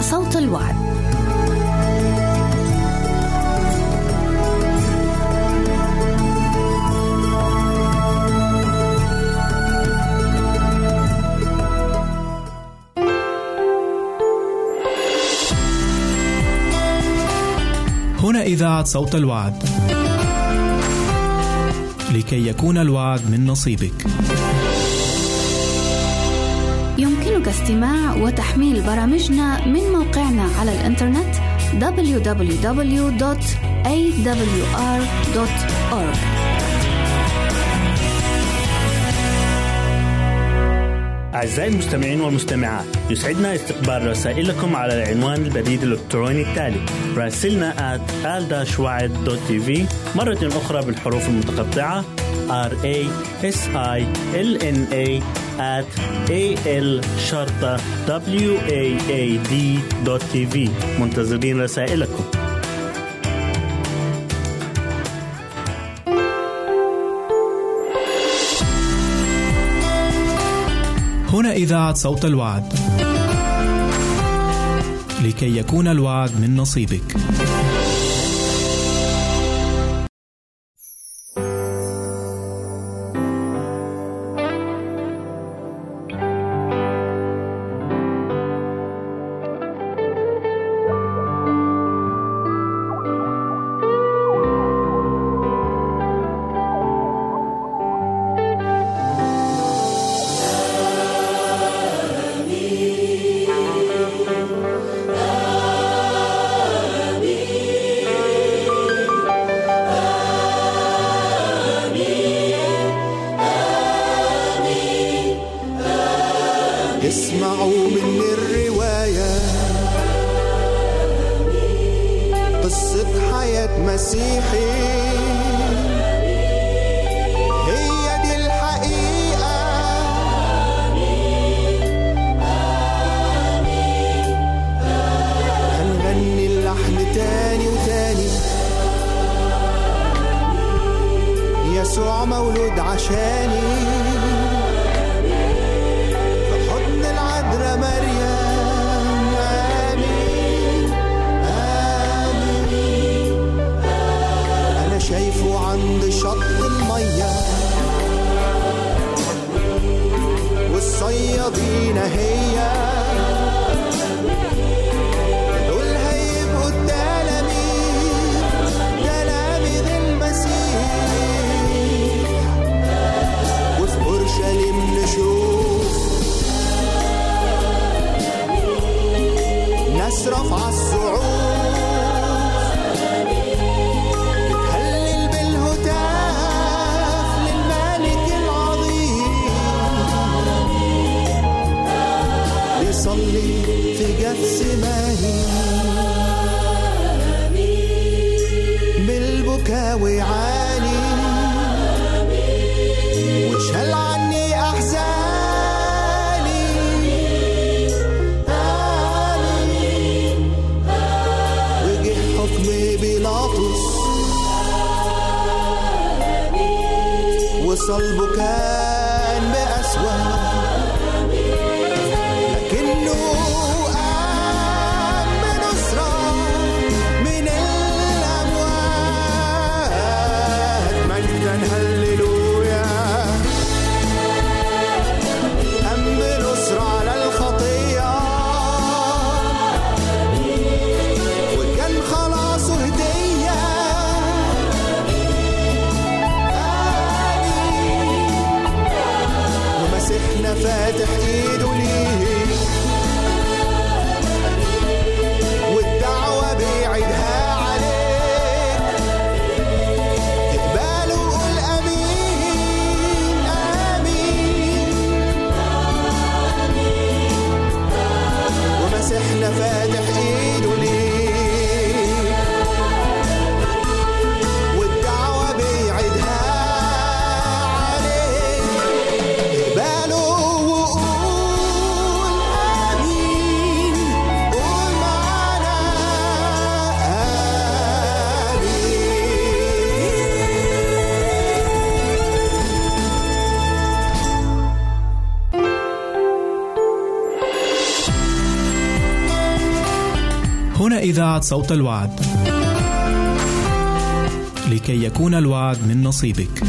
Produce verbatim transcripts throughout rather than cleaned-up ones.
صوت الوعد. هنا إذاعة صوت الوعد، لكي يكون الوعد من نصيبك. يمكنك استماع وتحميل برامجنا من موقعنا على الإنترنت دبليو دبليو دبليو دوت إيه دبليو آر دوت أورج. أعزائي المستمعين والمستمعات، يسعدنا استقبال رسائلكم على العنوان البريد الإلكتروني التالي: راسلنا آت آل وعد دوت تي في، مرة أخرى بالحروف المتقطعة آر إيه إس آي إل إن إيه آت إيه إل شرطة دبليو إيه إيه دي دوت تي في. منتظرين رسائلكم. هنا إذاعة صوت الوعد، لكي يكون الوعد من نصيبك. اسمعوا من الرواية قصة حياة مسيحي، هي دي الحقيقة. هنغني اللحن تاني وتاني، يسوع مولود عشاني، مريم آمين آمين. أنا شايفه عند شط المية، والصيادين هي دول هيبقوا التلاميذ، تلاميذ المسيح. وفي أورشليم نشوف ناس رفع الصعود، تهلل بالهتاف للملك العظيم، يصلي في جثماني بالبكاء ويعاني، وشال عني أحزان. وصلبه كان بأسوأ، لكنه قام بنصرة من الأموات. مجداً هللويا، قام بنصرة على الخطية، وكان خلاصه هدية. هنا إذاعة صوت الوعد. لكي يكون الوعد من نصيبك،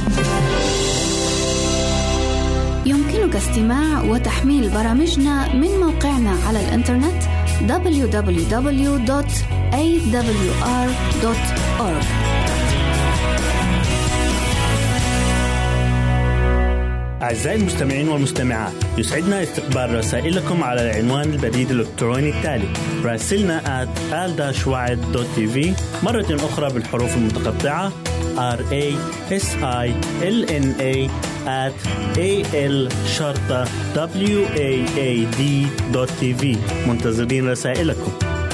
يمكنك استماع وتحميل برامجنا من موقعنا على الإنترنت دبليو دبليو دبليو دوت إيه دبليو آر دوت أورج. أعزائي المستمعين والمستمعات، يسعدنا استقبال رسائلكم على العنوان البريد الإلكتروني التالي: راسلنا آت آل وعد دوت تي في، مرة أخرى بالحروف المتقطعة آر إيه إس آي إل إن إيه آت إيه إل شرطة دبليو إيه إيه دي دوت تي في. منتظرين رسائلكم.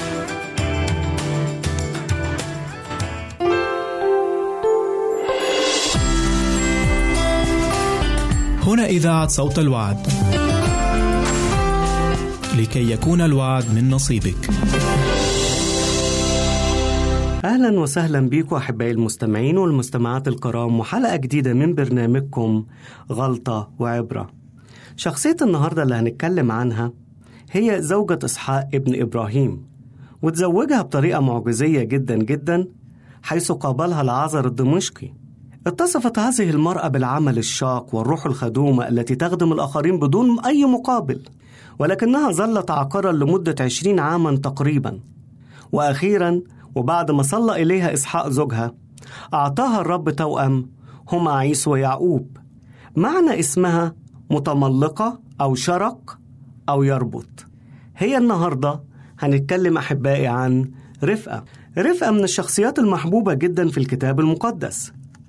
هنا إذاعة صوت الوعد. لكي يكون الوعد من نصيبك. أهلا وسهلا بكم أحبائي المستمعين والمستمعات الكرام، وحلقة جديدة من برنامجكم غلطة وعبرة. شخصية النهاردة اللي هنتكلم عنها هي زوجة إسحاق ابن إبراهيم، وتزوجها بطريقة معجزية جدا جدا، حيث قابلها العازر الدمشقي. اتصفت هذه المرأة بالعمل الشاق والروح الخدومة التي تخدم الآخرين بدون أي مقابل، ولكنها ظلت عاقرة لمدة عشرين عاما تقريبا. وأخيرا وبعد ما صلى إليها إسحاق زوجها، أعطاها الرب توأم هما عيسو ويعقوب. معنى اسمها متملقة أو شرق أو يربط. هي النهاردة هنتكلم أحبائي عن رفقة. رفقة من الشخصيات المحبوبة جدا في الكتاب المقدس،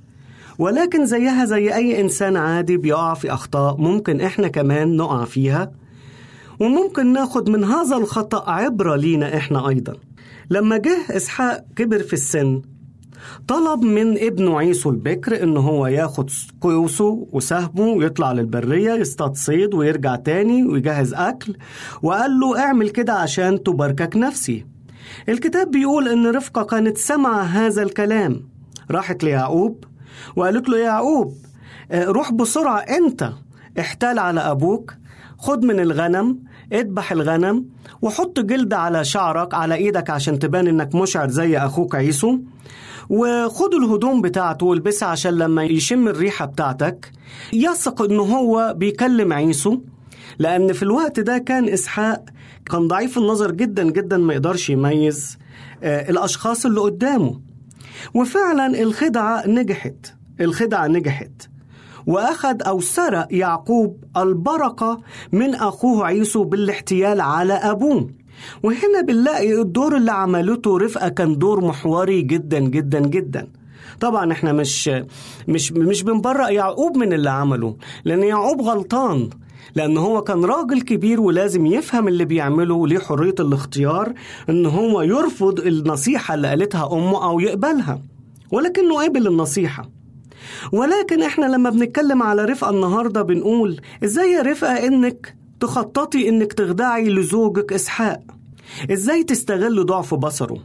ولكن زيها زي أي إنسان عادي بيقع في أخطاء ممكن إحنا كمان نقع فيها، وممكن ناخد من هذا الخطأ عبرة لينا إحنا أيضا. لما جه إسحاق كبر في السن، طلب من ابنه عيسو البكر إنه هو ياخد قوسه وسهمه ويطلع للبرية يصطاد صيد ويرجع تاني ويجهز أكل، وقال له اعمل كده عشان تباركك نفسي. الكتاب بيقول إن رفقة كانت سمع هذا الكلام، راحت ليعقوب وقالت له: يا يعقوب، روح بسرعة، أنت احتال على أبوك، خد من الغنم، اذبح الغنم وحط جلد على شعرك على ايدك عشان تبان انك مشعر زي اخوك عيسو، وخد الهدوم بتاعته والبسها عشان لما يشم الريحة بتاعتك يثق انه هو بيكلم عيسو. لان في الوقت ده كان اسحاق كان ضعيف النظر جدا جدا، ما يقدرش يميز آه الاشخاص اللي قدامه. وفعلا الخدعة نجحت، الخدعة نجحت وأخذ أو سرق يعقوب البركة من أخوه عيسو بالاحتيال على أبوه. وهنا بنلاقي الدور اللي عملته رفقة كان دور محوري جدا جدا جدا. طبعا احنا مش مش مش بنبرأ يعقوب من اللي عمله، لأن يعقوب غلطان، لأن هو كان راجل كبير ولازم يفهم اللي بيعمله، وليه حرية الاختيار إن هو يرفض النصيحة اللي قالتها أمه أو يقبلها، ولكنه قبل النصيحة. ولكن احنا لما بنتكلم على رفقة النهاردة بنقول: ازاي يا رفقة انك تخططي انك تخدعي لزوجك اسحاق؟ ازاي تستغل ضعف بصره؟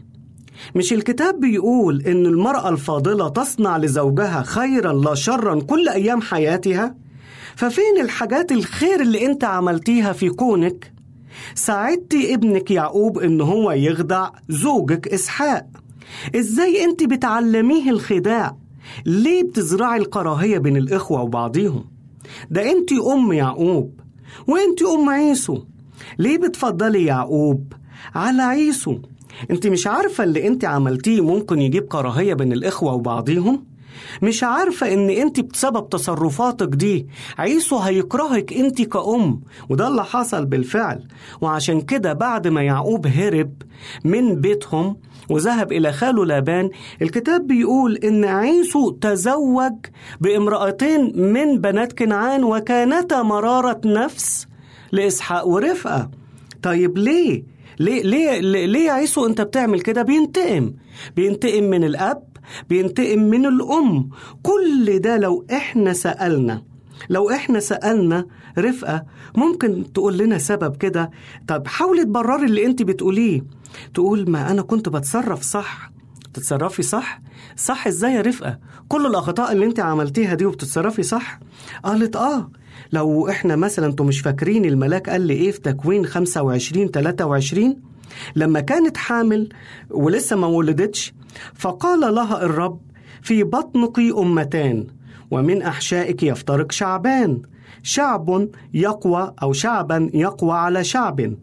مش الكتاب بيقول ان المرأة الفاضلة تصنع لزوجها خيرا لا شرا كل ايام حياتها؟ ففين الحاجات الخير اللي انت عملتيها في كونك ساعدتي ابنك يعقوب ان هو يخدع زوجك اسحاق؟ ازاي انت بتعلميه الخداع؟ ليه بتزرعي الكراهية بين الإخوة وبعضهم؟ ده أنت أم يعقوب وأنت أم عيسو، ليه بتفضلي يعقوب على عيسو؟ أنت مش عارفة اللي أنت عملتيه ممكن يجيب كراهية بين الإخوة وبعضهم؟ مش عارفة أن أنت بسبب تصرفاتك دي عيسو هيكرهك أنت كأم؟ وده اللي حصل بالفعل. وعشان كده بعد ما يعقوب هرب من بيتهم وذهب إلى خاله لابان، الكتاب بيقول إن عيسو تزوج بامرأتين من بنات كنعان وكانتا مرارة نفس لإسحاق ورفقة. طيب ليه؟ ليه ليه ليه يا عيسو أنت بتعمل كده؟ بينتقم بينتقم من الأب، بينتقم من الأم. كل ده لو إحنا سألنا لو إحنا سألنا رفقة ممكن تقول لنا سبب كده. طب حاولي تبرري اللي أنت بتقوليه، تقول ما أنا كنت بتصرف صح. تتصرفي صح؟ صح إزاي يا رفقة؟ كل الأخطاء اللي أنت عملتيها دي وبتتصرفي صح؟ قالت آه. لو إحنا مثلا أنتم مش فاكرين الملاك قال لي إيه في تكوين خمسة وعشرين ثلاثة وعشرين؟ لما كانت حامل ولسه ما ولدتش، فقال لها الرب: في بطنك أمتان، ومن أحشائك يفترق شعبان، شعب يقوى أو شعبا يقوى على شعب،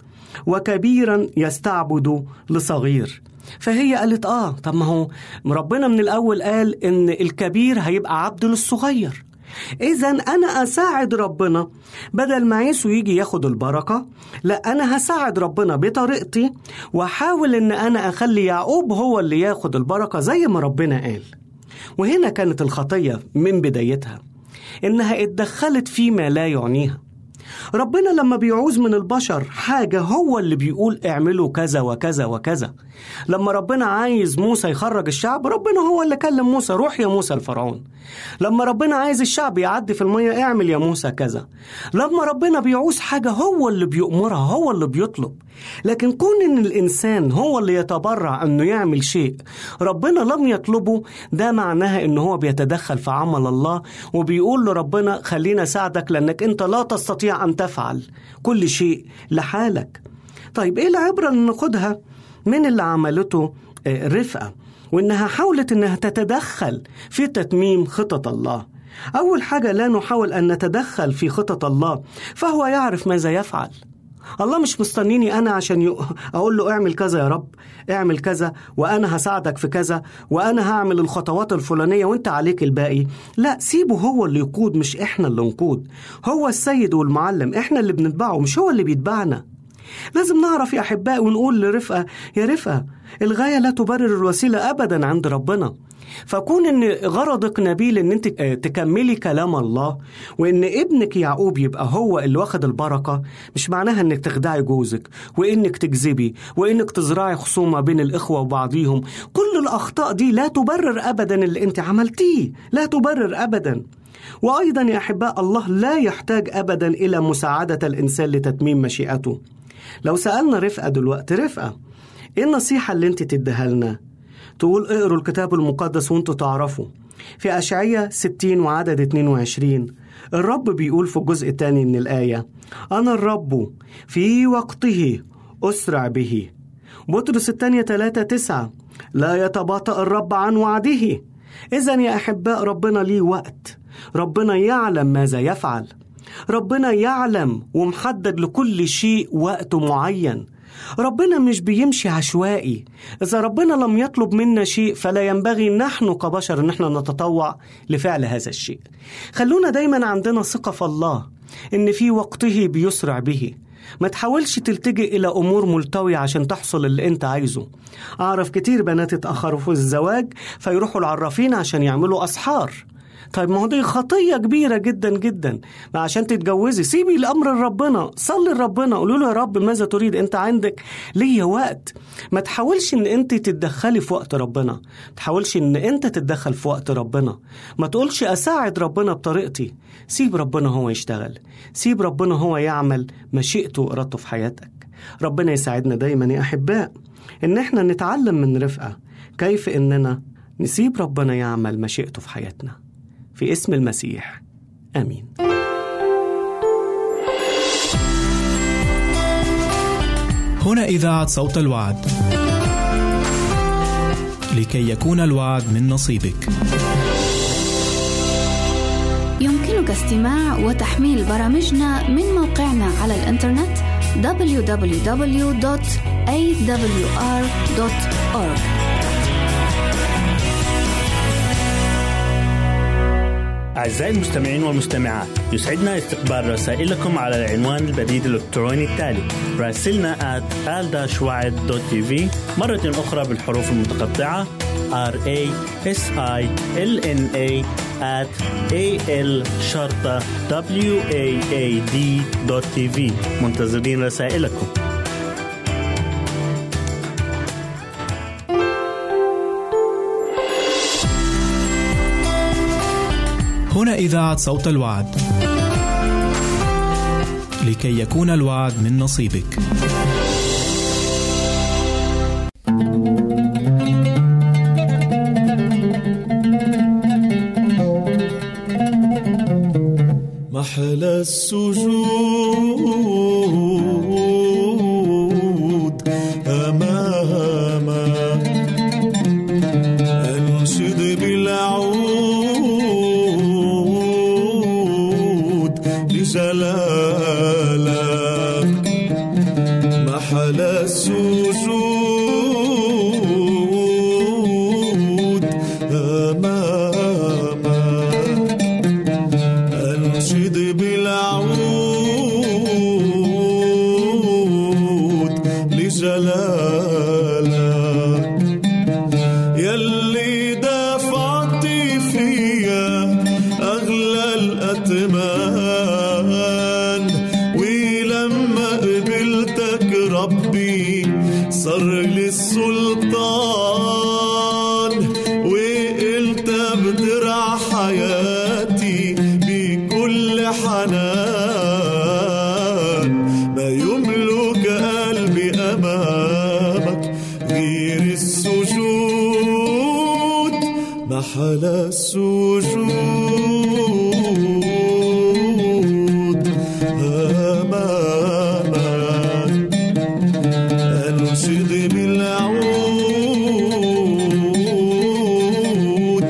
وكبيرا يستعبد لصغير. فهي قالت آه طب ما هو ربنا من الأول قال إن الكبير هيبقى عبد للصغير، إذن أنا أساعد ربنا بدل ما عيسو يجي ياخد البركة، لا أنا هساعد ربنا بطريقتي وحاول إن أنا أخلي يعقوب هو اللي ياخد البركة زي ما ربنا قال. وهنا كانت الخطية من بدايتها، إنها اتدخلت فيما لا يعنيها. ربنا لما بيعوز من البشر حاجة هو اللي بيقول اعملوا كذا وكذا وكذا. لما ربنا عايز موسى يخرج الشعب، ربنا هو اللي كلم موسى: روح يا موسى الفرعون. لما ربنا عايز الشعب يعدي في المية، اعمل يا موسى كذا. لما ربنا بيعوز حاجة هو اللي بيؤمرها، هو اللي بيطلب. لكن كون ان الانسان هو اللي يتبرع انه يعمل شيء ربنا لم يطلبه، ده معناها انه هو بيتدخل في عمل الله، وبيقول لربنا: خلينا ساعدك لانك انت لا تستطيع ان تفعل كل شيء لحالك. طيب ايه العبرة اللي ناخدها من اللي عملته رفقة، وإنها حاولت إنها تتدخل في تتميم خطط الله؟ أول حاجة، لا نحاول أن نتدخل في خطط الله، فهو يعرف ماذا يفعل. الله مش مستنيني أنا عشان أقول له اعمل كذا يا رب، اعمل كذا وأنا هساعدك في كذا وأنا هعمل الخطوات الفلانية وانت عليك الباقي. لا، سيبه هو اللي يقود، مش إحنا اللي نقود. هو السيد والمعلم، إحنا اللي بنتبعه مش هو اللي بيتبعنا. لازم نعرف يا أحباء ونقول لرفقة: يا رفقة، الغاية لا تبرر الوسيلة أبدا عند ربنا. فكون ان غرضك نبيل ان انت تكملي كلام الله، وان ابنك يعقوب يبقى هو اللي واخد البركة، مش معناها انك تخدعي جوزك وانك تكذبي وانك تزرعي خصومة بين الاخوة وبعضيهم. كل الاخطاء دي لا تبرر ابدا اللي انت عملتيه، لا تبرر ابدا. وايضا يا احباء، الله لا يحتاج ابدا الى مساعدة الانسان لتتميم مشيئته. لو سألنا رفقة دلوقتي: رفقة، ايه النصيحة اللي انت تديها لنا؟ تقول: اقروا الكتاب المقدس وانتوا تعرفوا. في أشعية ستين وعدد اتنين وعشرين الرب بيقول في الجزء الثاني من الآية: أنا الرب في وقته أسرع به. بطرس الثانية ثلاثة تسعة لا يتباطأ الرب عن وعده. إذن يا أحباء، ربنا ليه وقت، ربنا يعلم ماذا يفعل، ربنا يعلم ومحدد لكل شيء وقت معين. ربنا مش بيمشي عشوائي. إذا ربنا لم يطلب منا شيء فلا ينبغي نحن كبشر أن احنا نتطوع لفعل هذا الشيء. خلونا دايما عندنا ثقة في الله إن في وقته بيسرع به. ما تحاولش تلتجئ إلى أمور ملتوية عشان تحصل اللي أنت عايزه. أعرف كتير بنات اتأخروا في الزواج فيروحوا العرافين عشان يعملوا أسحار. طيب ما هو دي خطية كبيرة جدا جدا. ما عشان تتجوزي سيبي الأمر لربنا، صلي لربنا، قولوا له: يا رب ماذا تريد؟ أنت عندك ليه وقت. ما تحاولش إن أنت تتدخلي في وقت ربنا، ما تحاولش إن أنت تتدخل في وقت ربنا. ما تقولش أساعد ربنا بطريقتي. سيب ربنا هو يشتغل، سيب ربنا هو يعمل مشيئته وإرادته في حياتك. ربنا يساعدنا دايما يا أحباء إن احنا نتعلم من رفقة كيف إننا نسيب ربنا يعمل مشيئته في حياتنا. في اسم المسيح، آمين. هنا إذاعة صوت الوعد، لكي يكون الوعد من نصيبك. يمكنك استماع وتحميل برامجنا من موقعنا على الإنترنت دبليو دبليو دبليو دوت إيه دبليو آر دوت أورج. أعزائي المستمعين والمستمعات، يسعدنا استقبال رسائلكم على العنوان البريد الإلكتروني التالي: راسلنا آت آل داش وعد دوت تي في، مرة أخرى بالحروف المتقطعة آر إيه إس آي إل إن إيه آت إيه إل شرطة دبليو إيه إيه دي دوت تي في. منتظرين رسائلكم. هنا إذاعة صوت الوعد، لكي يكون الوعد من نصيبك. محلى السجود لجلالك محل السجود أمامك أنشد بالعود لجلالك يلي دفعت فيا أغلى الأثمان ولما قبلتك ربي صار لي السلطان وقلت بدرع حياتي بكل حنان ما يملك قلبي أمامك غير السجود محل السجود أمامك أنشد بالعود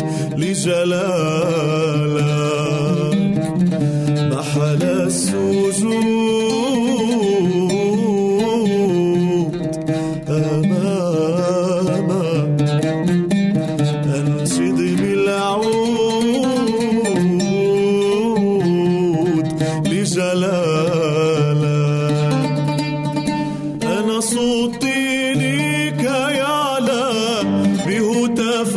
لجلالك محل السجود أمامك أنشد بالعود لجلالك أنا صوتي ليك يعلى بهتاف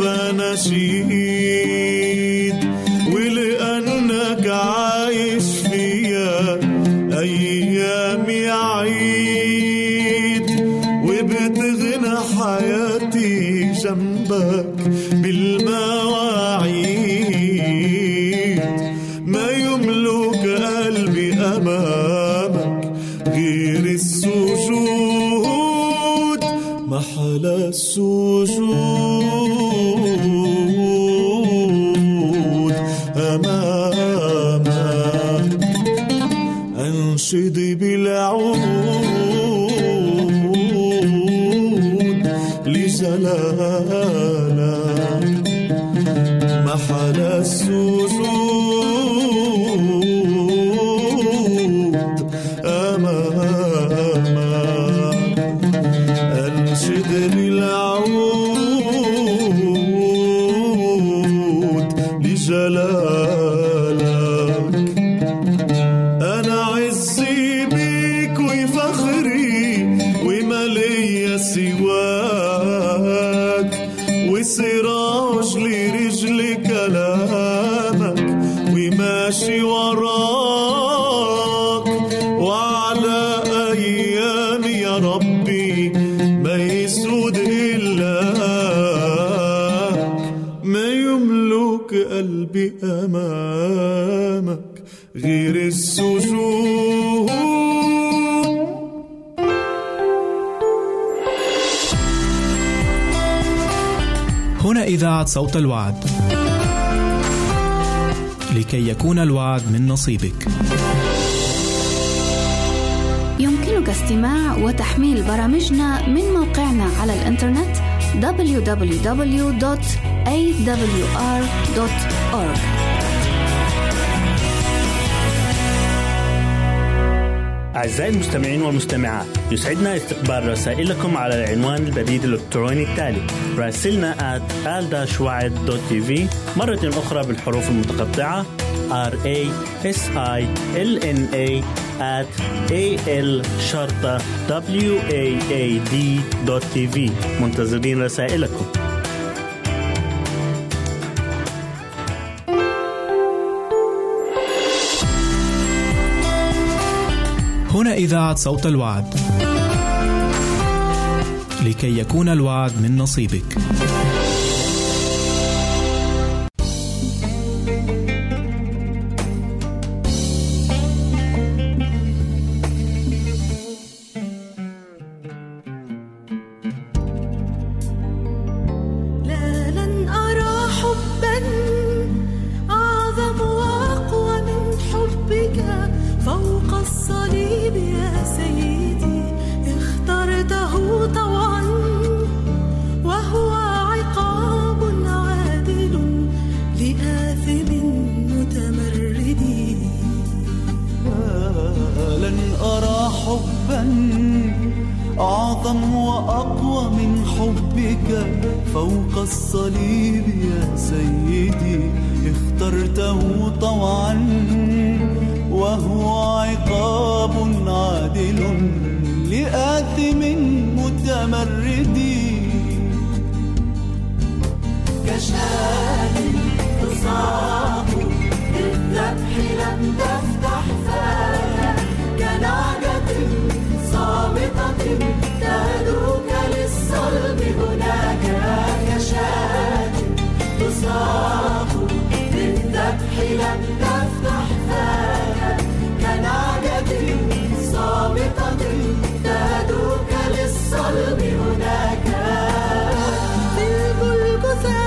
نشيد ولأنك عايش فيا أيامي عيد وبتغنى حياتي جنبك بالمواعيد ما يملك قلبي أمامك غير السجود محل السجود أمامك أنشد بالعود لجلالك محل السجود أمامك أنشد بالعود لجلالك أنا عزي بيك وفخري وما ليا سواك وسراج لرجل كلامك وماشي وراك وعلى أيام يا ربي ما يسود إلاك ما يملك قلبي أمامك غير السجود. هنا إذاعة صوت الوعد. لكي يكون الوعد من نصيبك يمكنك استماع وتحميل برامجنا من موقعنا على الإنترنت دبليو دبليو دبليو دوت إيه دبليو آر دوت أورج. أعزائي المستمعين والمستمعات، يسعدنا استقبال رسائلكم على العنوان البريد الإلكتروني التالي: راسلنا آت آل وعد دوت تي في، مرة أخرى بالحروف المتقطعة آر إيه إس آي إل إن إيه آت إيه إل شرطة دبليو إيه إيه دي دوت تي في. منتظرين رسائلكم. هنا إذاعة صوت الوعد. لكي يكون الوعد من نصيبك. طوعا وهو عقاب بحبك فوق الصليب يا سيدي اخترته طوعا وهو عقاب عادل لآثم متمرد كشاة تصاب للذبح لم تفتح فاها كنعجة صامتة تهدوك للصلب هناك كشاة تصاب للذبح لم تفتح فاها كنعجة صامتة تهدوك للصلب هناك في الجلجثة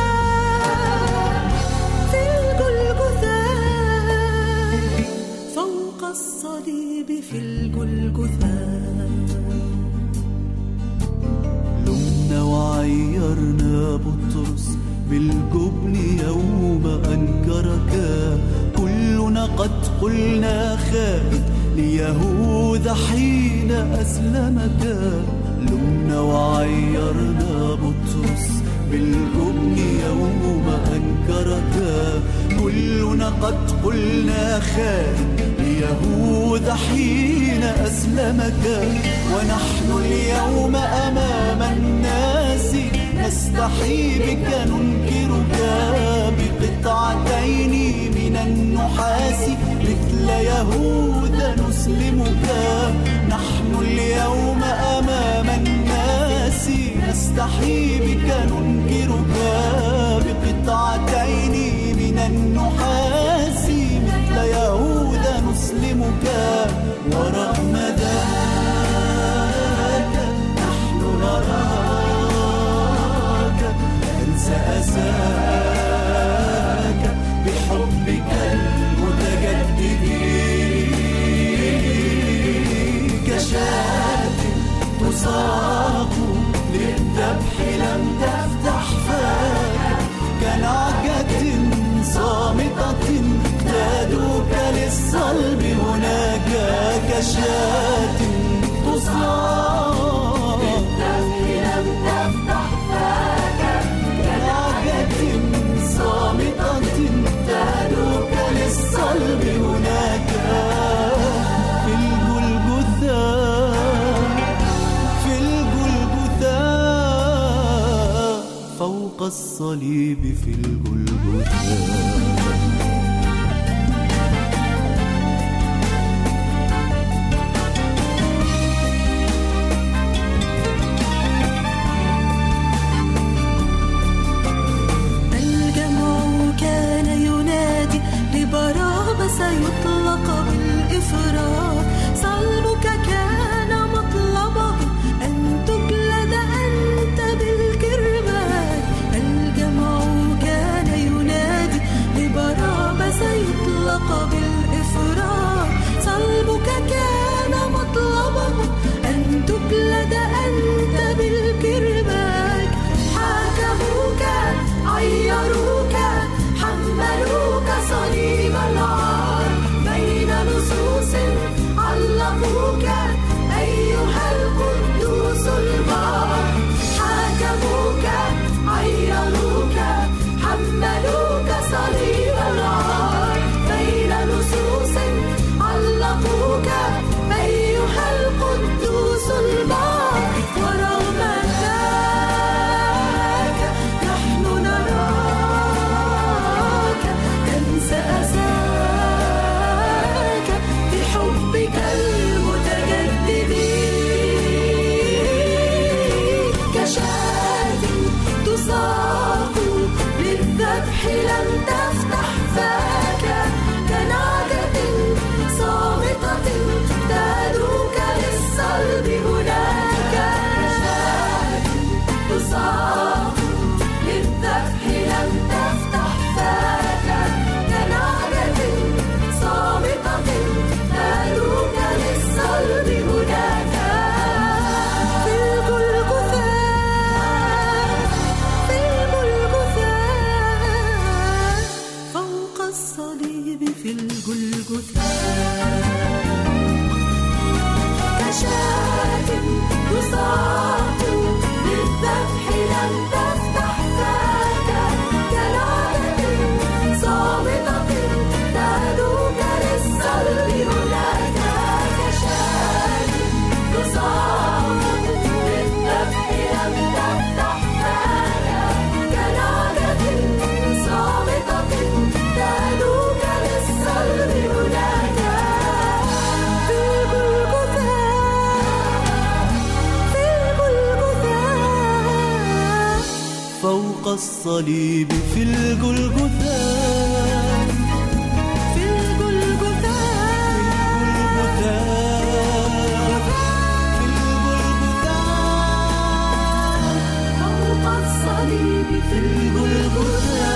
في الجلجثة فوق الصليب في الجلجثة لمنا وعيرنا بطرس بالجبن يوم أنكرك كلنا قد قلنا خائن ليهوذا حين أسلمك لمنا وعيرنا بطرس بالجبن يوم أنكرك كلنا قد قلنا خائن ليهوذا حين أسلمك ونحن اليوم أمام الناس نستحي بك ننكرك بقطعتين من النحاس مثل يهوذا نسلمك نحن اليوم أمام الناس نستحي بك ننكرك بقطعتين من النحاس مثل يهوذا نسلمك ورغم ذاك نحن نراك أنسى أساك بحبك المتجدد كشاة تساق للذبح لم تفتح فاك كنعجة صامتة تهدوك للصلب هناك كشاة تصاق للذبح لم تفتح فاك كنعجة صامتة تهدوك للصلب هناك في الجلجثة في الجلجثة فوق الصليب في الجلجثة سيطلق بالإفراط صلبك كان مطلبه أن تجلد أنت بالكرباج الجمع كان ينادي لبرابة سيطلق بالإفراط صلبك كان مطلبه أن تجلد أنت بالكرباج حاكموك عيروك حملوك صليب العار بين لصوص أن تفتح فاك كلامة صامتة تهدوك للصلب هناك كشاة تصاب بالذبح لم تفتح فاك كلامة صامتة تهدوك للصلب هناك في الجلجثة في الجلجثة فوق الصليب في الجلجثة في الجلجثة في الجلجثة فوق الصليب في الجلجثة.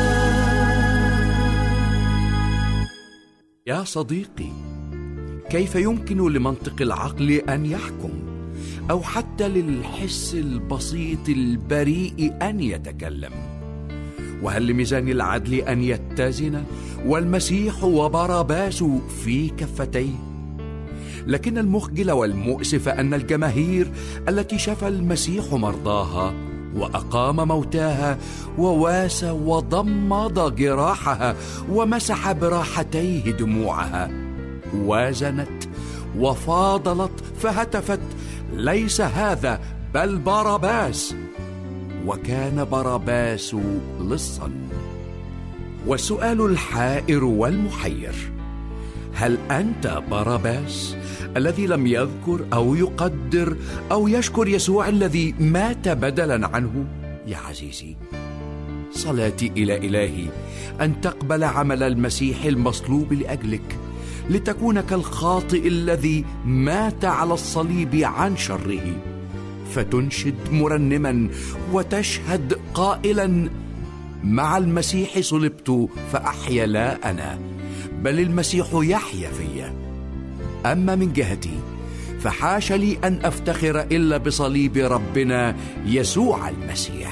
يا صديقي، كيف يمكن لمنطق العقل أن يحكم، أو حتى للحس البسيط البريء أن يتكلم؟ وهل لميزان العدل أن يتزن والمسيح وبراباس في كفتيه؟ لكن المخجل والمؤسف أن الجماهير التي شفى المسيح مرضاها وأقام موتاها وواسى وضمد جراحها ومسح براحتيه دموعها وازنت وفاضلت فهتفت: ليس هذا بل باراباس. وكان باراباس لصا. والسؤال الحائر والمحير: هل أنت باراباس الذي لم يذكر أو يقدر أو يشكر يسوع الذي مات بدلا عنه؟ يا عزيزي، صلاتي إلى إلهي أن تقبل عمل المسيح المصلوب لأجلك، لتكون كالخاطئ الذي مات على الصليب عن شره، فتنشد مرنما وتشهد قائلا: مع المسيح صلبت فأحيا لا أنا بل المسيح يحيا فيا. أما من جهتي فحاش لي أن أفتخر إلا بصليب ربنا يسوع المسيح.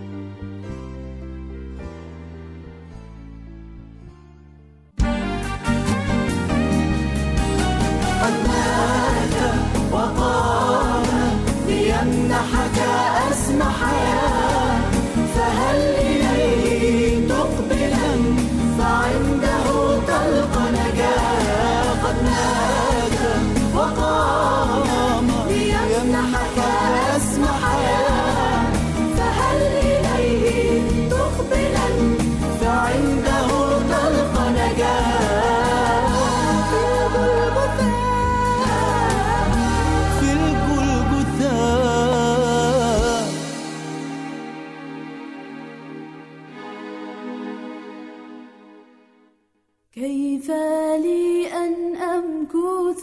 قد مات وقام ليمنحك أسمى حياة، فهل إليه تقبلا فعنده تلقى نجاة. قد مات وقام ليمنحك أسمى حياة، فهل إليه تقبلا فعنده تلقى نجاة. في الجلجثة كيف لي أن أمكث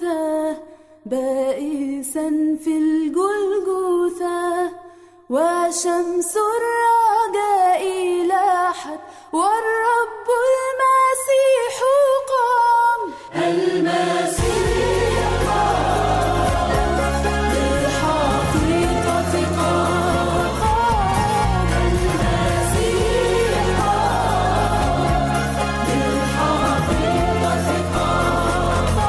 بائسا في الجلجثة، وشمس الرجاء لاحت والرب المسيح قام. المسيح قام بالحقيقة قام. المسيح قام بالحقيقة قام.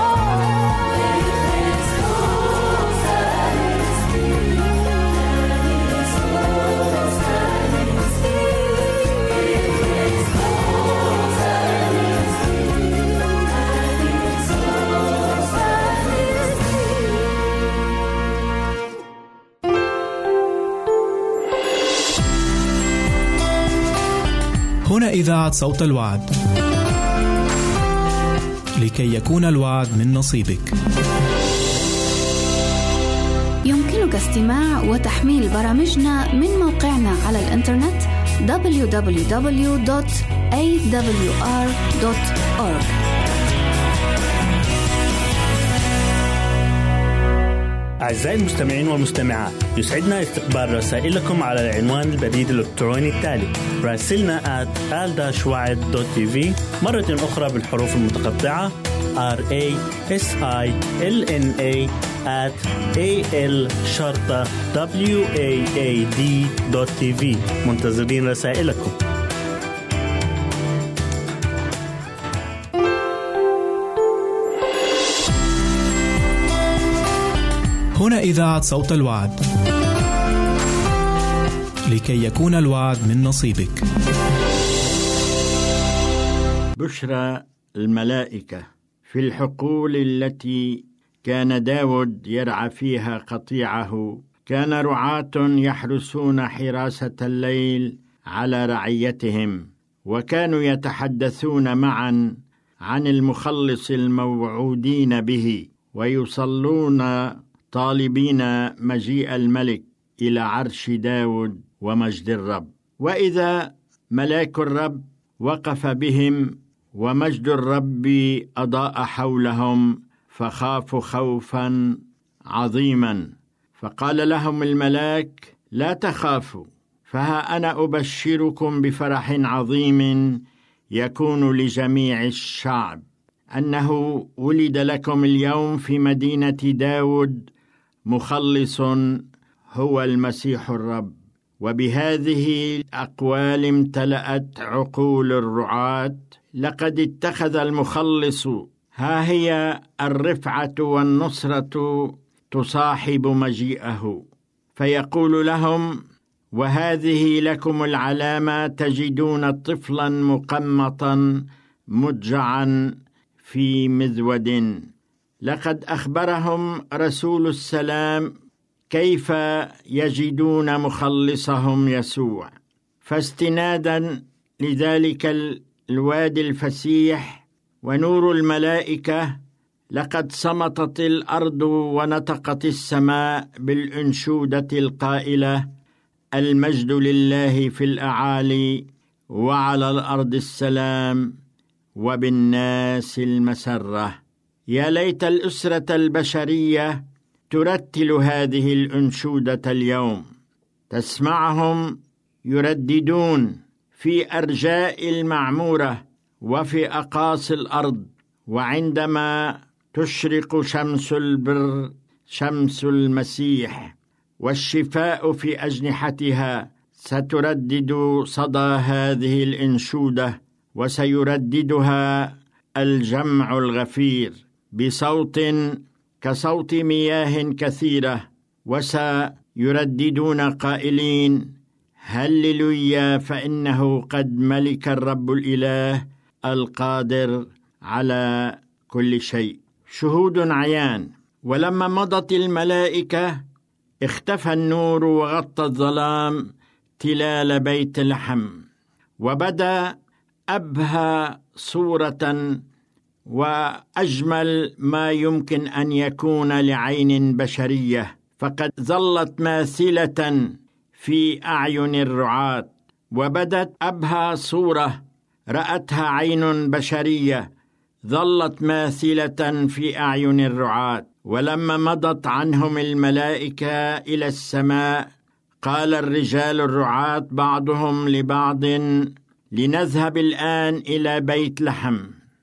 لكريستوس أنستي لكريستوس أنستي لكريستوس أنستي لكريستوس أنستي. هنا إذاعة صوت الوعد، لكي يكون الوعد من نصيبك. يمكنك استماع وتحميل برامجنا من موقعنا على الإنترنت دبليو دبليو دبليو دوت إيه دبليو آر دوت أورج. أعزائي المستمعين والمستمعات، يسعدنا استقبال رسائلكم على العنوان البريد الإلكتروني التالي: راسلنا آت آل وعد دوت تي في، مرة أخرى بالحروف المتقطعة آر إيه إس آي إل إن إيه آت إيه إل شرطة دبليو إيه إيه دي دوت تي في. منتظرين رسائلكم. هنا إذاعة صوت الوعد، لكي يكون الوعد من نصيبك. بشرى الملائكة. في الحقول التي كان داود يرعى فيها قطيعه، كان رعاة يحرسون حراسة الليل على رعيتهم، وكانوا يتحدثون معا عن المخلص الموعودين به، ويصلون طالبين مجيء الملك إلى عرش داود ومجد الرب. وإذا ملاك الرب وقف بهم، ومجد الرب أضاء حولهم، فخافوا خوفا عظيما. فقال لهم الملاك: لا تخافوا، فها أنا أبشركم بفرح عظيم يكون لجميع الشعب، أنه ولد لكم اليوم في مدينة داود مخلص هو المسيح الرب. وبهذه الأقوال امتلأت عقول الرعاة. لقد اتخذ المخلص، ها هي الرفعة والنصرة تصاحب مجيئه. فيقول لهم: وهذه لكم العلامة، تجدون طفلا مقمطا مضجعا في مذود. لقد أخبرهم رسول السلام كيف يجدون مخلصهم يسوع. فاستنادا لذلك الوادي الفسيح ونور الملائكة، لقد صمتت الأرض ونطقت السماء بالأنشودة القائلة: المجد لله في الأعالي، وعلى الأرض السلام، وبالناس المسرة. يا ليت الأسرة البشرية ترتل هذه الأنشودة اليوم، تسمعهم يرددون في أرجاء المعمورة وفي أقاصي الأرض. وعندما تشرق شمس البر، شمس المسيح، والشفاء في أجنحتها، ستردد صدى هذه الأنشودة، وسيرددها الجمع الغفير بصوت كصوت مياه كثيرة، وسيرددون قائلين: هللويا، فإنه قد ملك الرب الإله القادر على كل شيء. شهود عيان. ولما مضت الملائكة، اختفى النور وغطى الظلام تلال بيت لحم، وبدا أبهى صورة وأجمل ما يمكن أن يكون لعين بشرية، فقد ظلت ماثلة في أعين الرعاة. وبدت أبهى صورة رأتها عين بشرية، ظلت ماثلة في أعين الرعاة. ولما مضت عنهم الملائكة إلى السماء، قال الرجال الرعاة بعضهم لبعض: لنذهب الآن إلى بيت لحم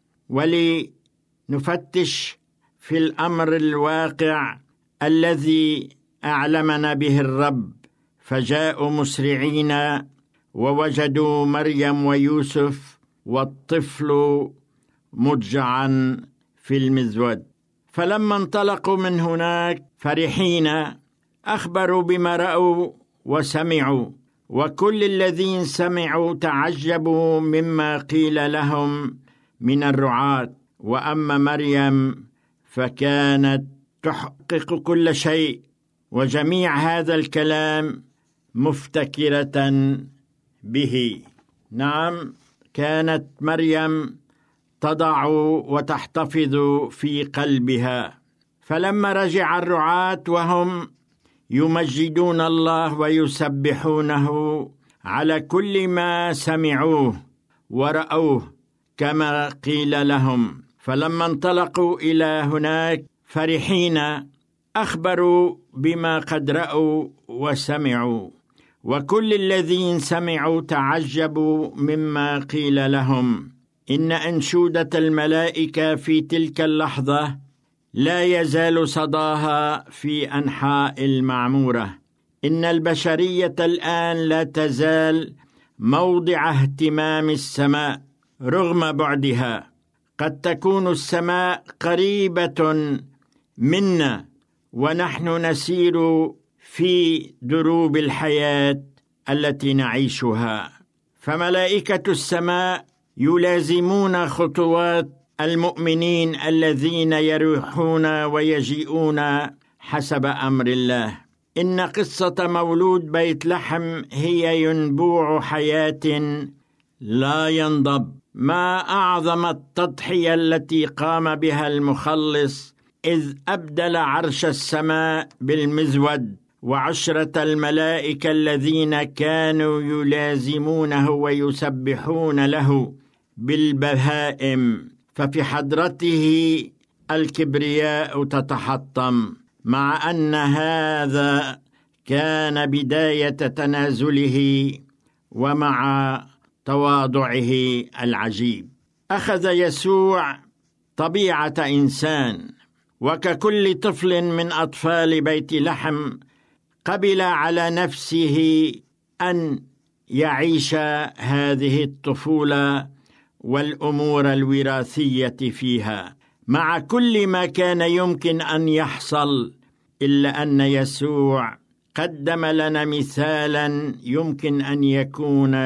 ولنفتش في الأمر الواقع الذي أعلمنا به الرب. فجاءوا مسرعين، ووجدوا مريم ويوسف والطفل مضجعا في المذود. فلما انطلقوا من هناك فرحين، أخبروا بما رأوا وسمعوا، وكل الذين سمعوا تعجبوا مما قيل لهم من الرعاة. وأما مريم فكانت تحقق كل شيء، وجميع هذا الكلام مفتكرة به. نعم، كانت مريم تضع وتحتفظ في قلبها. فلما رجع الرعاة وهم يمجدون الله ويسبحونه على كل ما سمعوه ورأوه كما قيل لهم، فلما انطلقوا إلى هناك فرحين، أخبروا بما قد رأوا وسمعوا، وكل الذين سمعوا تعجبوا مما قيل لهم. إن أنشودة الملائكة في تلك اللحظة لا يزال صداها في أنحاء المعمورة. إن البشرية الآن لا تزال موضع اهتمام السماء رغم بعدها. قد تكون السماء قريبة منا ونحن نسير في دروب الحياة التي نعيشها، فملائكة السماء يلازمون خطوات المؤمنين الذين يروحون ويجيئون حسب أمر الله. إن قصة مولود بيت لحم هي ينبوع حياة لا ينضب. ما أعظم التضحية التي قام بها المخلص، إذ أبدل عرش السماء بالمزود وعشرة الملائكة الذين كانوا يلازمونه ويسبحون له بالبهائم، ففي حضرته الكبرياء تتحطم، مع أن هذا كان بداية تنازله ومع تواضعه العجيب. أخذ يسوع طبيعة إنسان، وككل طفل من أطفال بيت لحم قبل على نفسه أن يعيش هذه الطفولة والأمور الوراثية فيها، مع كل ما كان يمكن أن يحصل، إلا أن يسوع قدم لنا مثالا يمكن أن يكون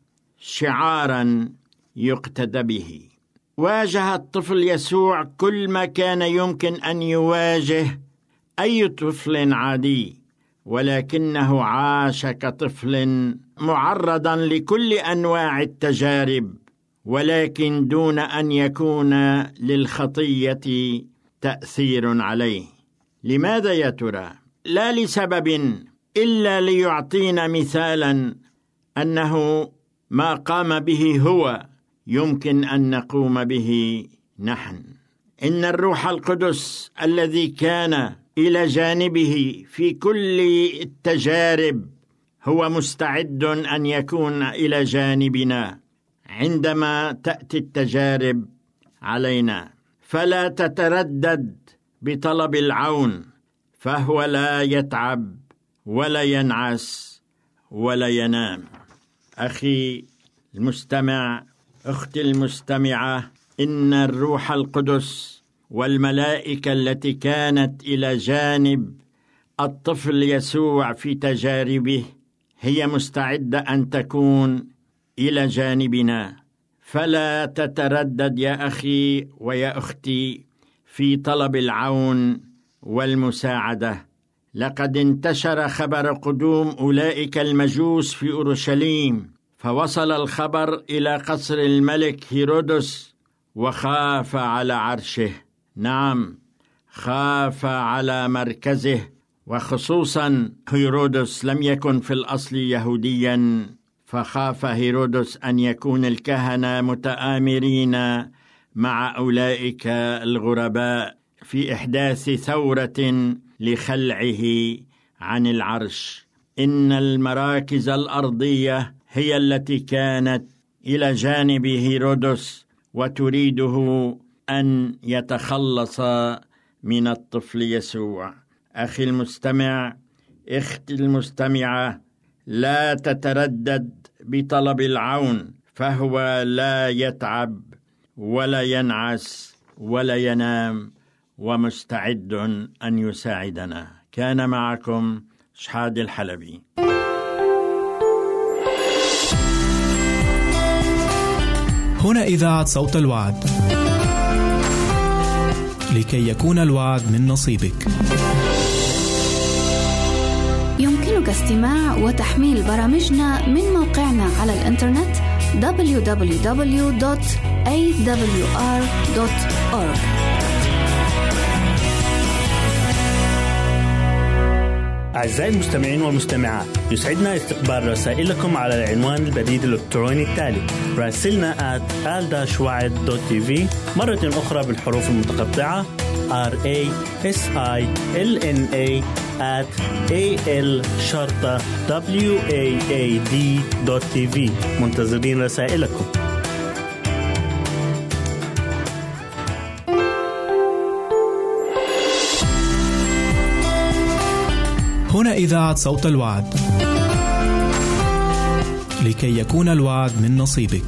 شعارا يقتدى به. واجه الطفل يسوع كل ما كان يمكن أن يواجه أي طفل عادي، ولكنه عاش كطفل معرضا لكل أنواع التجارب، ولكن دون أن يكون للخطية تأثير عليه. لماذا يا ترى؟ لا لسبب إلا ليعطينا مثالا أنه ما قام به هو يمكن أن نقوم به نحن. إن الروح القدس الذي كان إلى جانبه في كل التجارب هو مستعد أن يكون إلى جانبنا عندما تأتي التجارب علينا. فلا تتردد بطلب العون، فهو لا يتعب ولا ينعس ولا ينام. أخي المستمع، أختي المستمعة، إن الروح القدس والملائكة التي كانت إلى جانب الطفل يسوع في تجاربه هي مستعدة أن تكون إلى جانبنا. فلا تتردد يا أخي ويا أختي في طلب العون والمساعدة. لقد انتشر خبر قدوم أولئك المجوس في أورشليم، فوصل الخبر إلى قصر الملك هيرودس، وخاف على عرشه. نعم، خاف على مركزه، وخصوصا هيرودس لم يكن في الأصل يهوديا، فخاف هيرودس أن يكون الكهنة متآمرين مع أولئك الغرباء في إحداث ثورة لخلعه عن العرش. إن المراكز الأرضية هي التي كانت إلى جانب هيرودس وتريده أن يتخلص من الطفل يسوع. أخي المستمع، اختي المستمعة، لا تتردد بطلب العون، فهو لا يتعب ولا ينعس ولا ينام، ومستعد أن يساعدنا. كان معكم شحاد الحلبي. هنا إذاعة صوت الوعد، لكي يكون الوعد من نصيبك. يمكنك استماع وتحميل برامجنا من موقعنا على الإنترنت دبليو دبليو دبليو دوت إيه دبليو آر دوت أورج. أعزائي المستمعين والمستمعات، يسعدنا استقبال رسائلكم على العنوان البريد الإلكتروني التالي: راسلنا آت آل داش وعد دوت تي في، مرة أخرى بالحروف المتقطعة آر إيه إس آي إل إن إيه آت إيه إل شرطة دبليو إيه إيه دي دوت تي في. منتظرين رسائلكم. هنا إذاعة صوت الوعد، لكي يكون الوعد من نصيبك.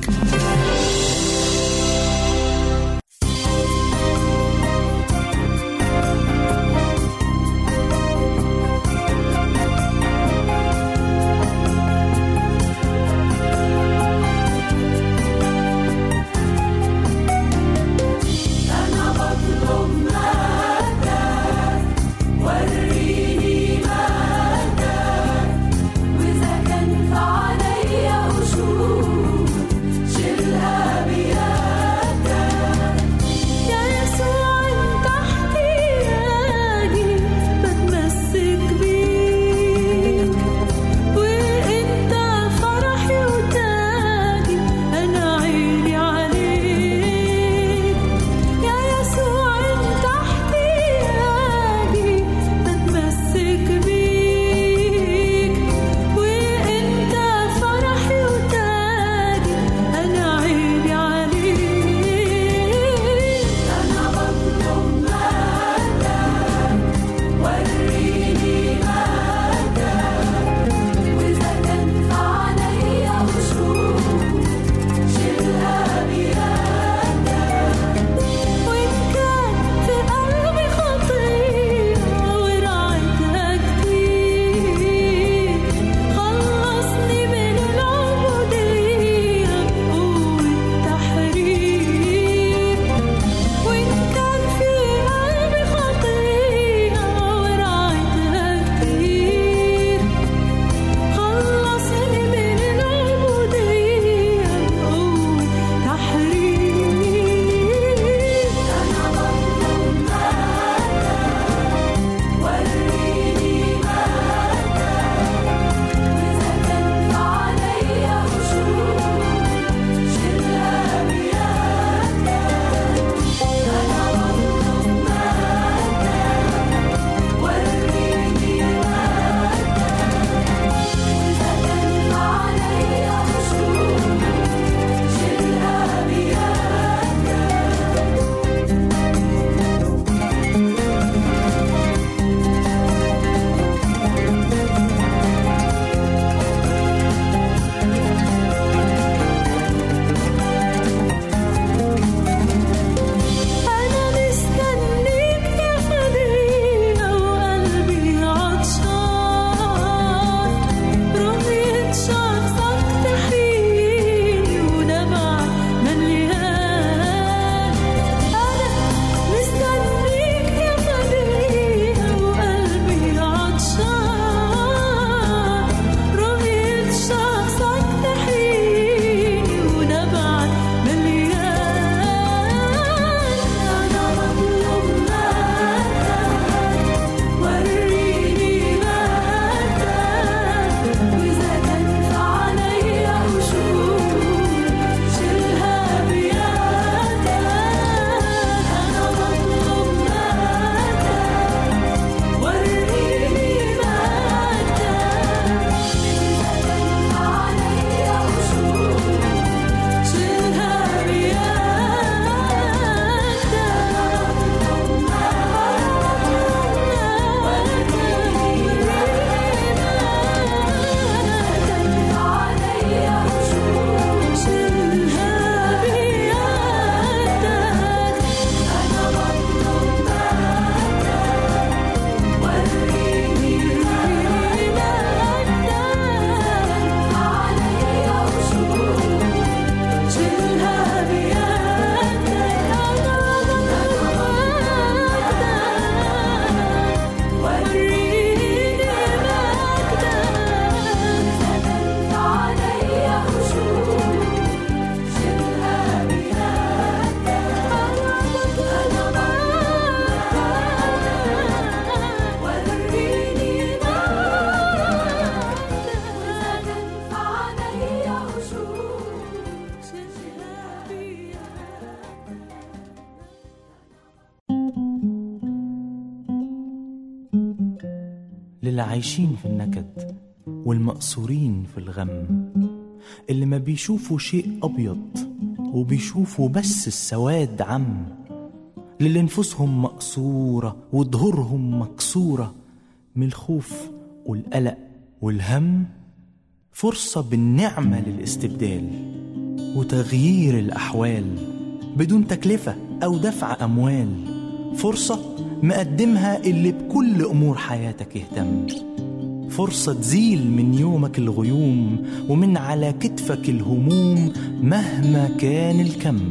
للعايشين في النكد والمقصورين في الغم، اللي ما بيشوفوا شيء أبيض وبيشوفوا بس السواد عم، للي نفوسهم مقصورة وظهورهم مكسورة من الخوف والقلق والهم. فرصة بالنعمة للاستبدال وتغيير الأحوال بدون تكلفة أو دفع أموال. فرصة مقدمها اللي بكل أمور حياتك يهتم. فرصة تزيل من يومك الغيوم ومن على كتفك الهموم مهما كان الكم.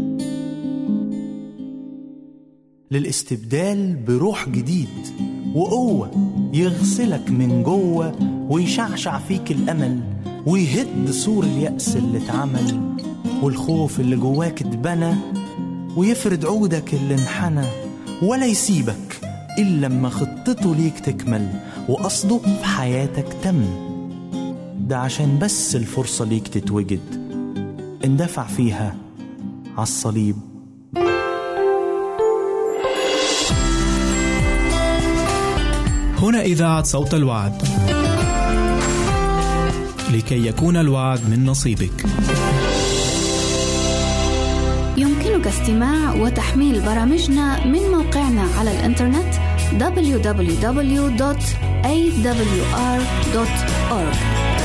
للاستبدال بروح جديد وقوة يغسلك من جوه ويشعشع فيك الأمل ويهد سور اليأس اللي اتعمل والخوف اللي جواك اتبنى، ويفرد عودك اللي انحنى ولا يسيبك إلا لما خطته ليك تكمل وقصده في حياتك تم. ده عشان بس الفرصة ليك تتوجد اندفع فيها عالصليب. هنا إذاعة صوت الوعد، لكي يكون الوعد من نصيبك. يمكنك استماع وتحميل برامجنا من موقعنا على الإنترنت دبليو دبليو دبليو دوت إيه دبليو آر دوت أورج.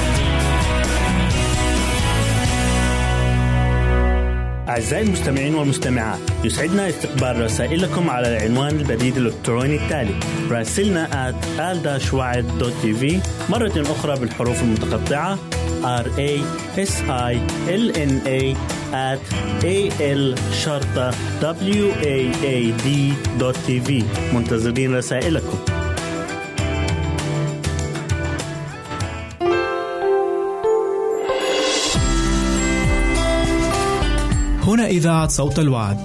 أعزائي المستمعين والمستمعات، يسعدنا استقبال رسائلكم على العنوان البريد الإلكتروني التالي: راسلنا آت آل داش وعد دوت تي في، مرة أخرى بالحروف المتقطعة R A S I L N A at A L شرطة W A A D دوت تي في. منتظرين رسائلكم. هنا إذاعة صوت الوعد،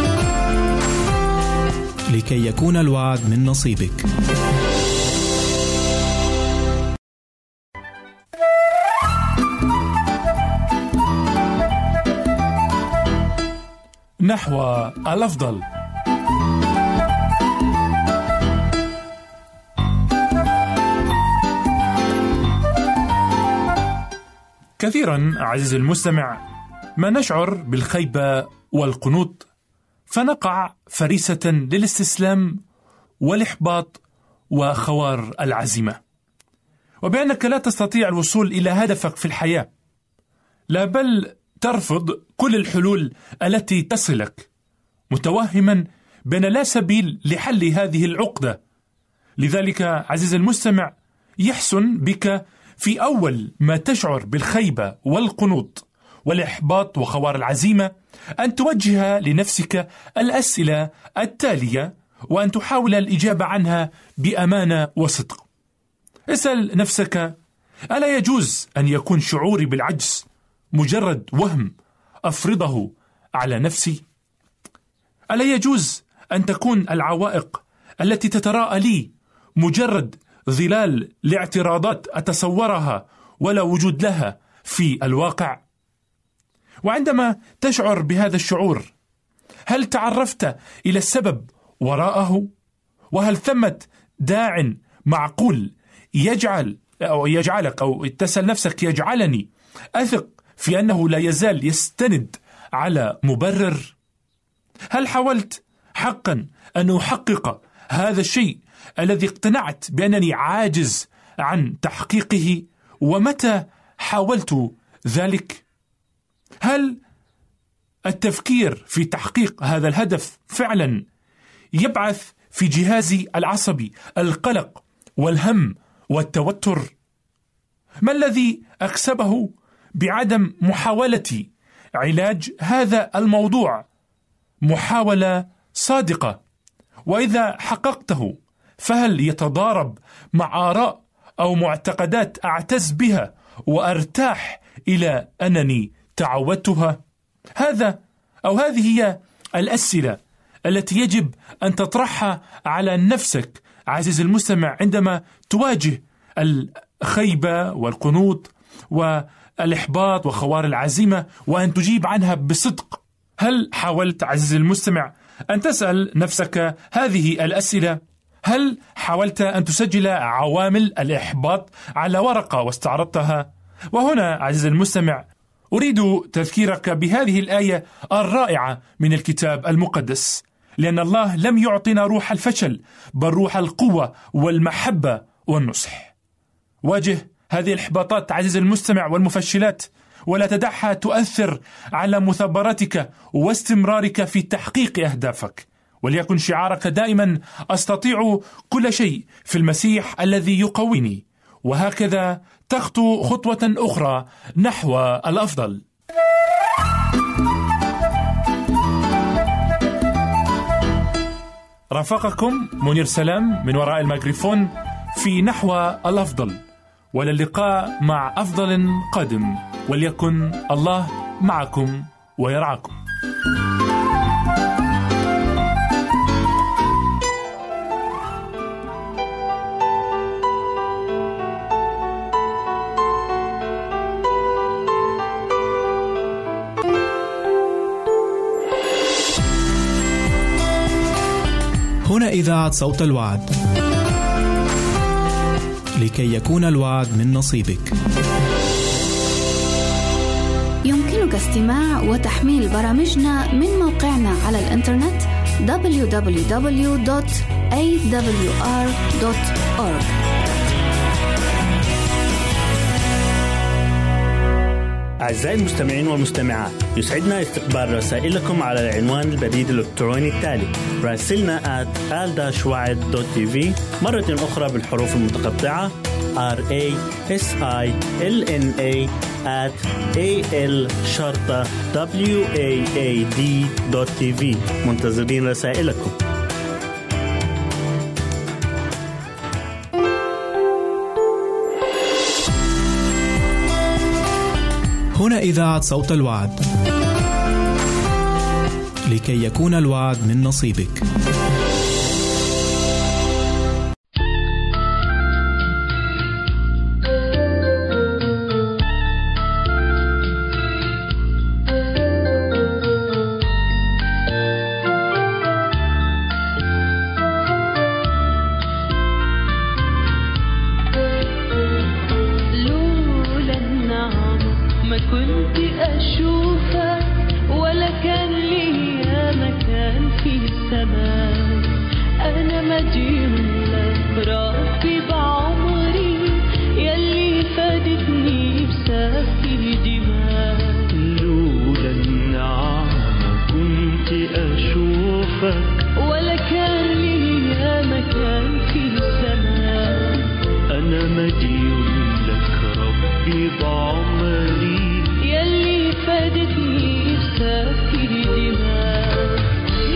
لكي يكون الوعد من نصيبك. نحو الأفضل. كثيرا عزيزي المستمع ما نشعر بالخيبة والقنوط، فنقع فريسة للاستسلام والإحباط وخوار العزيمة، وبأنك لا تستطيع الوصول إلى هدفك في الحياة، لا بل ترفض كل الحلول التي تصلك، متوهما بأن لا سبيل لحل هذه العقدة. لذلك عزيزي المستمع يحسن بك في أول ما تشعر بالخيبة والقنوط والإحباط وخوار العزيمة أن توجه لنفسك الأسئلة التالية وأن تحاول الإجابة عنها بأمانة وصدق. اسأل نفسك: ألا يجوز أن يكون شعوري بالعجز مجرد وهم أفرضه على نفسي؟ ألا يجوز أن تكون العوائق التي تتراءى لي مجرد ظلال لاعتراضات أتصورها ولا وجود لها في الواقع؟ وعندما تشعر بهذا الشعور، هل تعرفت إلى السبب وراءه؟ وهل ثمة داع معقول يجعل أو يجعلك أو تسأل نفسك: يجعلني أثق في أنه لا يزال يستند على مبرر؟ هل حاولت حقا أن أحقق هذا الشيء الذي اقتنعت بأنني عاجز عن تحقيقه؟ ومتى حاولت ذلك؟ هل التفكير في تحقيق هذا الهدف فعلا يبعث في جهازي العصبي القلق والهم والتوتر؟ ما الذي أكسبه بعدم محاولتي علاج هذا الموضوع محاولة صادقة؟ وإذا حققته فهل يتضارب مع آراء أو معتقدات أعتز بها وأرتاح إلى أنني تعودتها؟ هذا أو هذه هي الأسئلة التي يجب أن تطرحها على نفسك عزيزي المستمع عندما تواجه الخيبة والقنوط والإحباط وخوار العزيمة، وأن تجيب عنها بصدق. هل حاولت عزيزي المستمع أن تسأل نفسك هذه الأسئلة؟ هل حاولت أن تسجل عوامل الإحباط على ورقة واستعرضتها؟ وهنا عزيزي المستمع أريد تذكيرك بهذه الآية الرائعة من الكتاب المقدس، لأن الله لم يعطينا روح الفشل بل روح القوة والمحبة والنصح. واجه هذه الإحباطات عزيزي المستمع والمفشلات، ولا تدعها تؤثر على مثابرتك واستمرارك في تحقيق أهدافك، وليكن شعارك دائما أستطيع كل شيء في المسيح الذي يقويني، وهكذا تخطو خطوة أخرى نحو الأفضل. رافقكم منير سلام من وراء الميكروفون في نحو الأفضل، وللقاء مع أفضل قادم، وليكن الله معكم ويرعاكم. هنا إذاعة صوت الوعد، لكي يكون الوعد من نصيبك. يمكنك استماع وتحميل برامجنا من موقعنا على الإنترنت دبليو دبليو دبليو دوت إيه دبليو آر دوت أورج. أعزائي المستمعين والمستمعات، يسعدنا استقبال رسائلكم على العنوان البريد الإلكتروني التالي: راسلنا آت آل داش وعد دوت تي في، مرة أخرى بالحروف المتقطعة آر إيه إس آي إل إن إيه آت إيه إل شرطة دبليو إيه إيه دي دوت تي في. منتظرين رسائلكم. هنا إذاعة صوت الوعد، لكي يكون الوعد من نصيبك.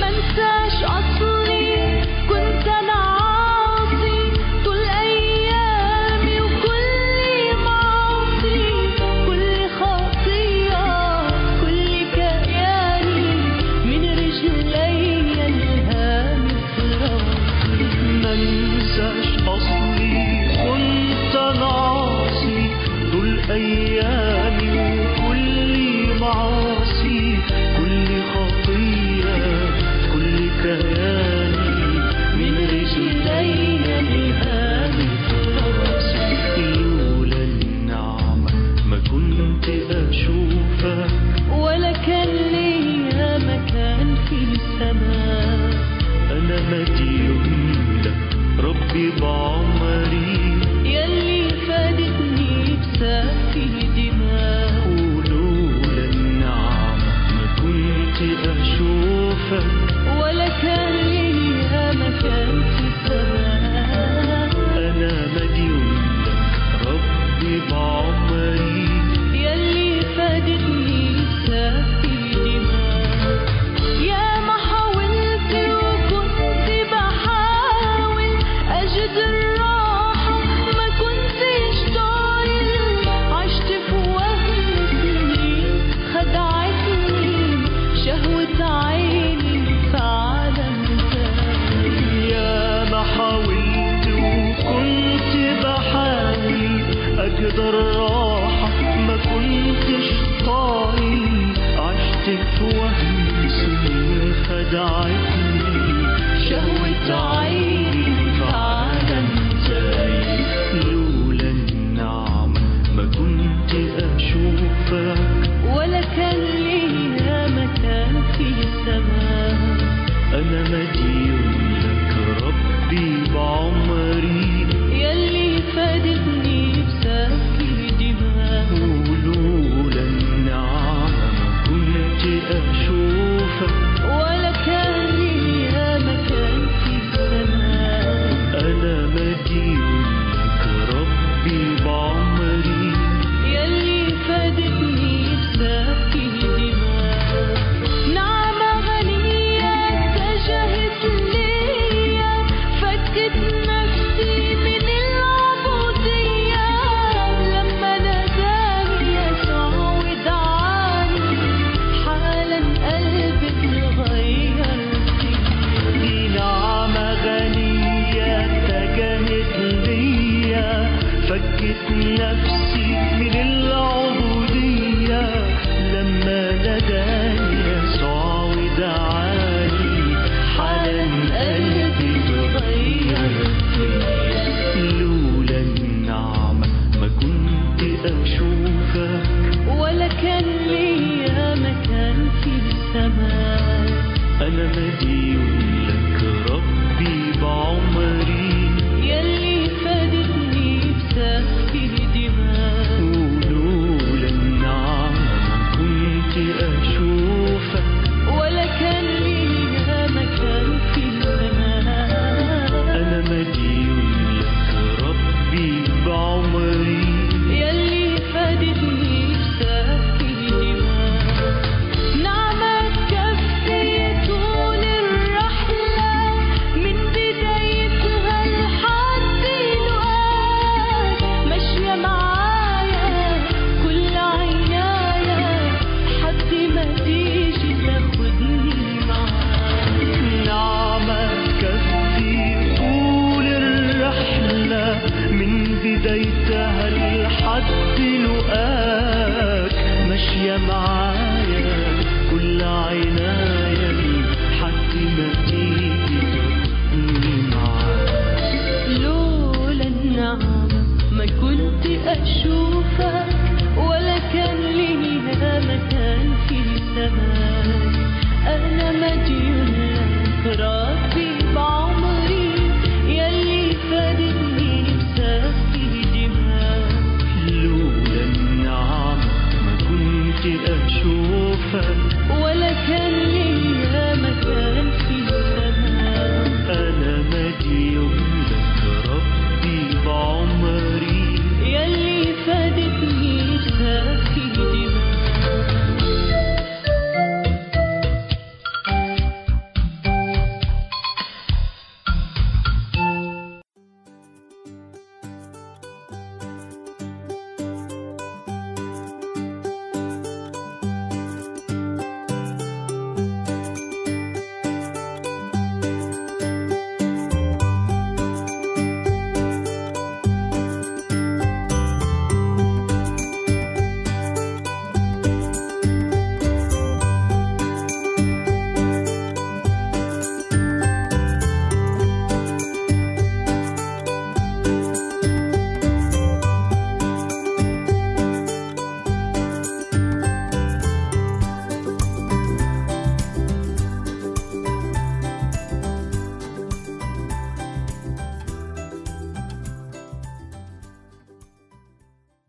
منساش أصلي كنت أنا عاصي طول أيام معايا كل عناية لحد ما تيجي تاخدني معاك. لولا النعمة ما كنت أشوفك ولا كان ليها مكان في السماء. أنا مديون لك ربي بعمري يلي فادني بسفك دماء. لولا النعمة ما كنت أشوفك ولا كان